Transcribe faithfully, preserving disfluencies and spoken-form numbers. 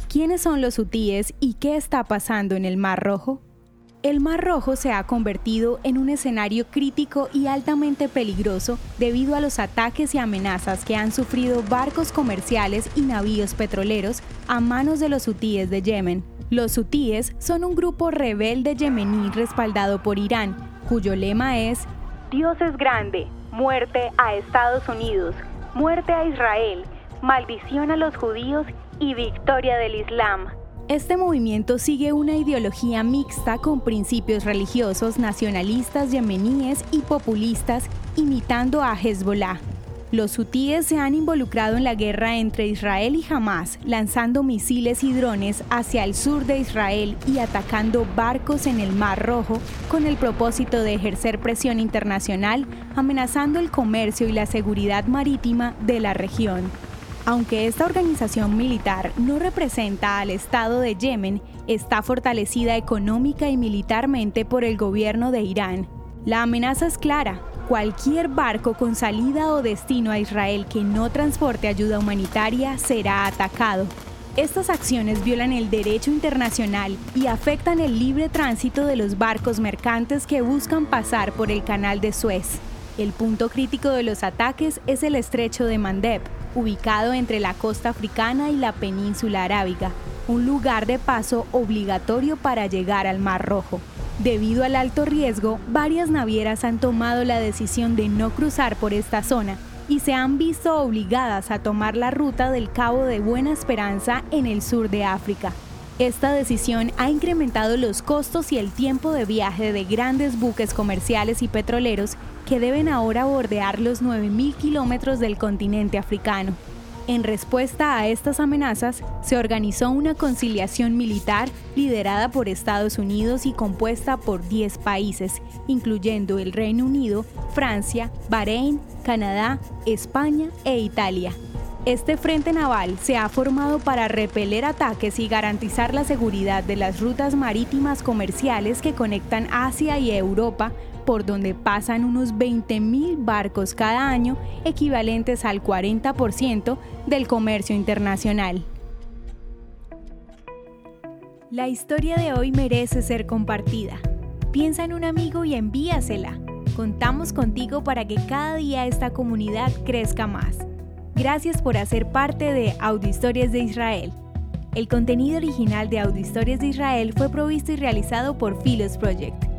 ¿Quiénes son los hutíes y qué está pasando en el Mar Rojo? El Mar Rojo se ha convertido en un escenario crítico y altamente peligroso debido a los ataques y amenazas que han sufrido barcos comerciales y navíos petroleros a manos de los hutíes de Yemen. Los hutíes son un grupo rebelde yemení respaldado por Irán, cuyo lema es «Dios es grande, muerte a Estados Unidos, muerte a Israel, maldición a los judíos y victoria del Islam». Este movimiento sigue una ideología mixta con principios religiosos, nacionalistas yemeníes y populistas, imitando a Hezbollah. Los hutíes se han involucrado en la guerra entre Israel y Hamás, lanzando misiles y drones hacia el sur de Israel y atacando barcos en el Mar Rojo con el propósito de ejercer presión internacional, amenazando el comercio y la seguridad marítima de la región. Aunque esta organización militar no representa al Estado de Yemen, está fortalecida económica y militarmente por el gobierno de Irán. La amenaza es clara: cualquier barco con salida o destino a Israel que no transporte ayuda humanitaria será atacado. Estas acciones violan el derecho internacional y afectan el libre tránsito de los barcos mercantes que buscan pasar por el Canal de Suez. El punto crítico de los ataques es el estrecho de Mandeb, ubicado entre la costa africana y la península arábiga, un lugar de paso obligatorio para llegar al Mar Rojo. Debido al alto riesgo, varias navieras han tomado la decisión de no cruzar por esta zona y se han visto obligadas a tomar la ruta del Cabo de Buena Esperanza en el sur de África. Esta decisión ha incrementado los costos y el tiempo de viaje de grandes buques comerciales y petroleros que deben ahora bordear los nueve mil kilómetros del continente africano. En respuesta a estas amenazas, se organizó una conciliación militar liderada por Estados Unidos y compuesta por diez países, incluyendo el Reino Unido, Francia, Bahrein, Canadá, España e Italia. Este frente naval se ha formado para repeler ataques y garantizar la seguridad de las rutas marítimas comerciales que conectan Asia y Europa, por donde pasan unos veinte mil barcos cada año, equivalentes al cuarenta por ciento del comercio internacional. La historia de hoy merece ser compartida. Piensa en un amigo y envíasela. Contamos contigo para que cada día esta comunidad crezca más. Gracias por hacer parte de Audiohistorias de Israel. El contenido original de Audiohistorias de Israel fue provisto y realizado por Philos Project.